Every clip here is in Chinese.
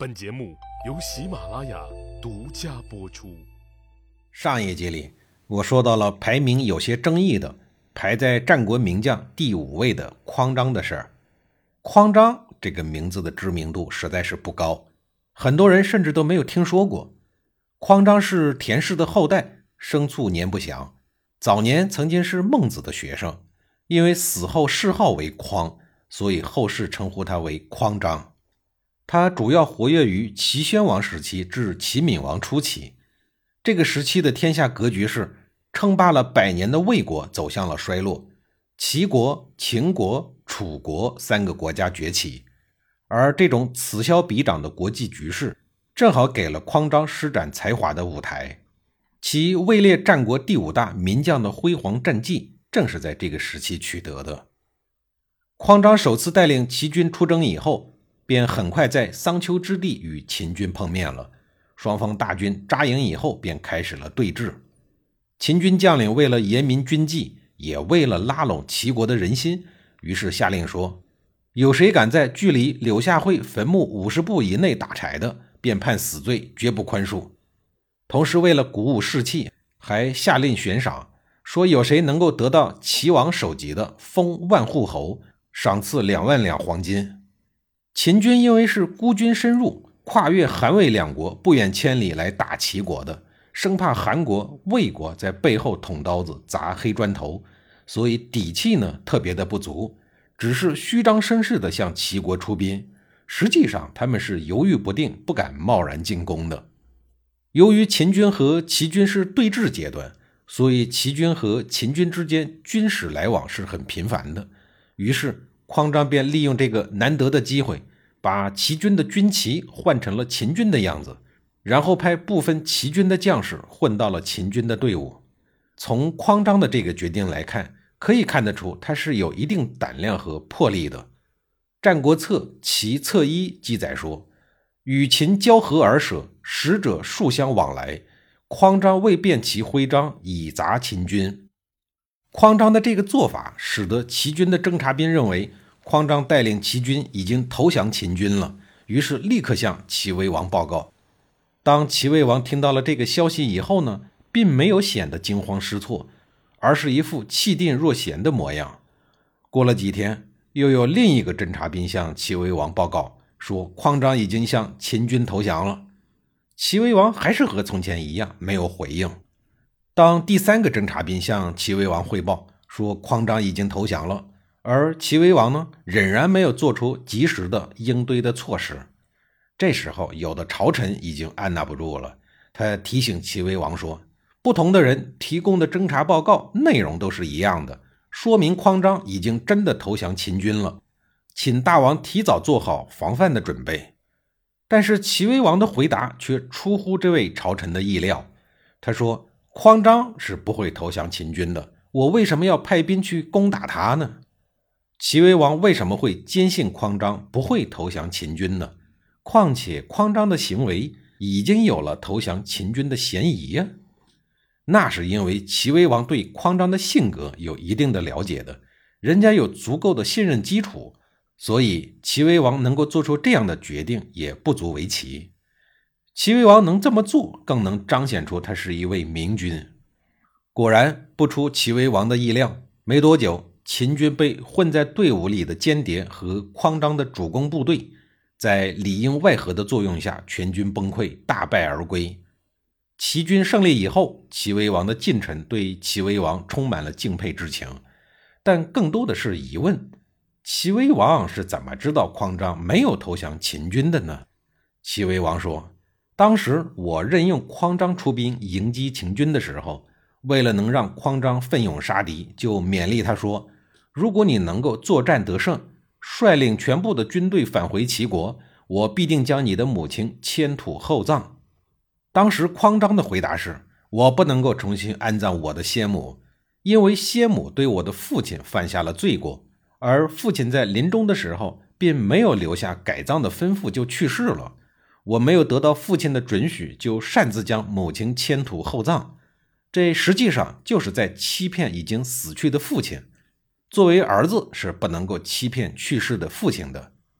本节目由喜马拉雅独家播出。 上一集里，我说到了排名有些争议的，排在战国名将第5位的匡章的事儿。匡章这个名字的知名度实在是不高，很多人甚至都没有听说过。匡章是田氏的后代，生卒年不详，早年曾经是孟子的学生，因为死后谥号为匡，所以后世称呼他为匡章。他主要活跃于齐宣王时期至齐闵王初期，这个时期的天下格局是称霸了100年的魏国走向了衰落，齐国、秦国、楚国3个国家崛起，而这种此消彼长的国际局势正好给了匡章施展才华的舞台，其位列战国第5大名将的辉煌战绩正是在这个时期取得的。匡章首次带领齐军出征以后，便很快在桑丘之地与秦军碰面了，双方大军扎营以后便开始了对峙。秦军将领为了严明军纪，也为了拉拢齐国的人心，于是下令说，有谁敢在距离柳下惠坟墓50步以内打柴的，便判死罪，绝不宽恕。同时为了鼓舞士气，还下令悬赏，说有谁能够得到齐王首级的，封万户侯，赏赐2万两黄金。秦军因为是孤军深入，跨越韩魏2国不远千里来打齐国的，生怕韩国、魏国在背后捅刀子砸黑砖头，所以底气呢特别的不足，只是虚张声势的向齐国出兵，实际上他们是犹豫不定，不敢贸然进攻的。由于秦军和齐军是对峙阶段，所以齐军和秦军之间军事来往是很频繁的，于是匡章便利用这个难得的机会，把齐军的军旗换成了秦军的样子，然后派部分齐军的将士混到了秦军的队伍。从匡章的这个决定来看，可以看得出他是有一定胆量和魄力的。战国策齐策1记载说，与秦交合而舍，使者数相往来，匡章未辨其徽章，以杂秦军。匡章的这个做法使得齐军的侦察兵认为匡章带领齐军已经投降秦军了，于是立刻向齐威王报告。当齐威王听到了这个消息以后呢，并没有显得惊慌失措，而是一副气定若闲的模样。过了几天，又有另一个侦察兵向齐威王报告，说匡章已经向秦军投降了。齐威王还是和从前一样，没有回应。当第3个侦察兵向齐威王汇报说匡章已经投降了，而齐威王呢，仍然没有做出及时的应对的措施。这时候有的朝臣已经按捺不住了，他提醒齐威王说，不同的人提供的侦察报告内容都是一样的，说明匡章已经真的投降秦军了，请大王提早做好防范的准备。但是齐威王的回答却出乎这位朝臣的意料，他说，匡章是不会投降秦军的，我为什么要派兵去攻打他呢？齐威王为什么会坚信匡章不会投降秦军呢？况且匡章的行为已经有了投降秦军的嫌疑呀。那是因为齐威王对匡章的性格有一定的了解的，人家有足够的信任基础，所以齐威王能够做出这样的决定也不足为奇。齐威王能这么做，更能彰显出他是一位明君。果然不出齐威王的意料，没多久，秦军被混在队伍里的间谍和匡章的主攻部队在里应外合的作用下全军崩溃，大败而归。齐军胜利以后，齐威王的近臣对齐威王充满了敬佩之情，但更多的是疑问，齐威王是怎么知道匡章没有投降秦军的呢？齐威王说，当时我任用匡章出兵迎击秦军的时候，为了能让匡章奋勇杀敌，就勉励他说，如果你能够作战得胜，率领全部的军队返回齐国，我必定将你的母亲迁土厚葬。当时匡章的回答是，我不能够重新安葬我的先母，因为先母对我的父亲犯下了罪过，而父亲在临终的时候并没有留下改葬的吩咐就去世了，我没有得到父亲的准许，就擅自将母亲迁土厚葬，这实际上就是在欺骗已经死去的父亲。作为儿子是不能够欺骗去世的父亲的。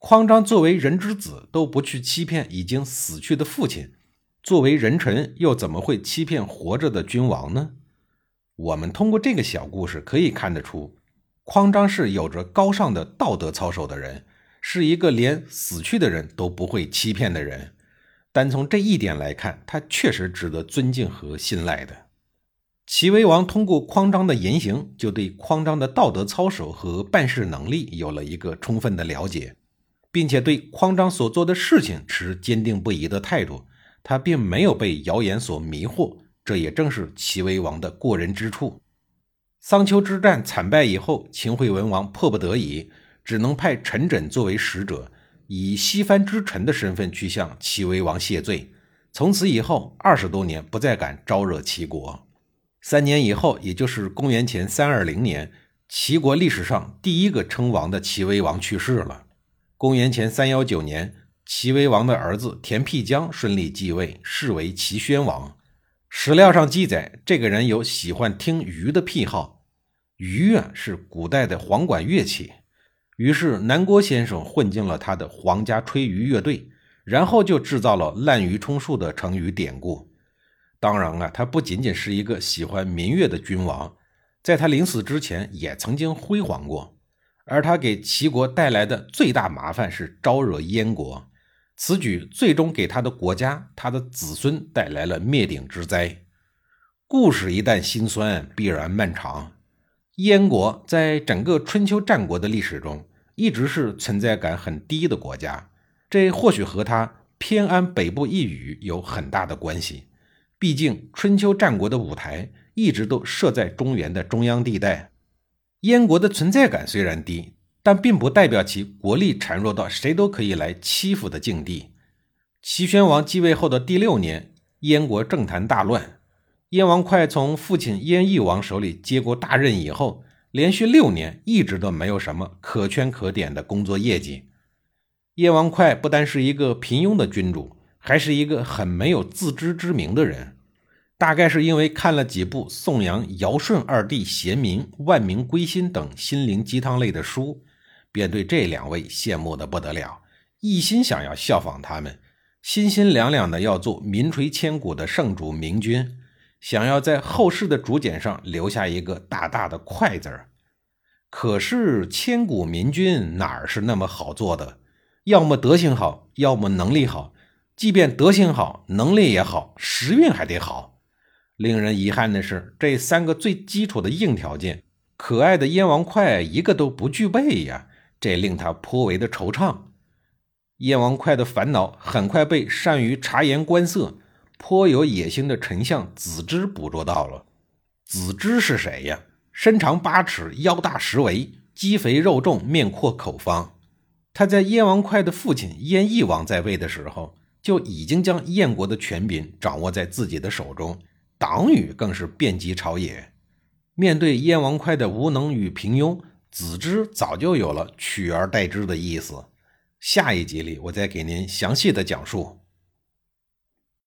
匡章作为人之子都不去欺骗已经死去的父亲，作为人臣又怎么会欺骗活着的君王呢？我们通过这个小故事可以看得出，匡章是有着高尚的道德操守的人，是一个连死去的人都不会欺骗的人。单从这一点来看，他确实值得尊敬和信赖的。齐威王通过匡章的言行，就对匡章的道德操守和办事能力有了一个充分的了解，并且对匡章所做的事情持坚定不移的态度，他并没有被谣言所迷惑，这也正是齐威王的过人之处。桑丘之战惨败以后，秦惠文王迫不得已，只能派陈轸作为使者，以西藩之臣的身份去向齐威王谢罪。从此以后20多年不再敢招惹齐国。3年以后，也就是公元前320年，齐国历史上第一个称王的齐威王去世了。公元前319年，齐威王的儿子田辟疆顺利继位，是为齐宣王。史料上记载，这个人有喜欢听竽的癖好，竽是古代的簧管乐器。于是南郭先生混进了他的皇家吹竽乐队，然后就制造了滥竽充数的成语典故。当然他不仅仅是一个喜欢民乐的君王，在他临死之前也曾经辉煌过。而他给齐国带来的最大麻烦是招惹燕国，此举最终给他的国家、他的子孙带来了灭顶之灾。故事一旦辛酸，必然漫长。燕国在整个春秋战国的历史中，一直是存在感很低的国家，这或许和他偏安北部一隅有很大的关系。毕竟春秋战国的舞台一直都设在中原的中央地带，燕国的存在感虽然低，但并不代表其国力孱弱到谁都可以来欺负的境地。齐宣王继位后的第6年，燕国政坛大乱。燕王哙从父亲燕翼王手里接过大任以后，连续6年一直都没有什么可圈可点的工作业绩。燕王哙不单是一个平庸的君主，还是一个很没有自知之明的人。大概是因为看了几部颂扬尧舜二帝贤明、万民归心等心灵鸡汤类的书，便对这2位羡慕的不得了，一心想要效仿他们，心心两两的要做名垂千古的圣主明君，想要在后世的竹简上留下一个大大的哙字儿。可是千古明君哪儿是那么好做的？要么德行好，要么能力好，即便德行好，能力也好，时运还得好。令人遗憾的是，这3个最基础的硬条件，可爱的燕王哙一个都不具备呀，这令他颇为的惆怅。燕王哙的烦恼很快被善于察言观色、颇有野心的丞相子之捕捉到了。子之是谁呀？身长8尺，腰大10围，肌肥肉重，面阔口方。他在燕王哙的父亲燕翼王在位的时候，就已经将燕国的权柄掌握在自己的手中，党羽更是遍及朝野。面对燕王哙的无能与平庸，子之早就有了取而代之的意思。下一集里我再给您详细的讲述。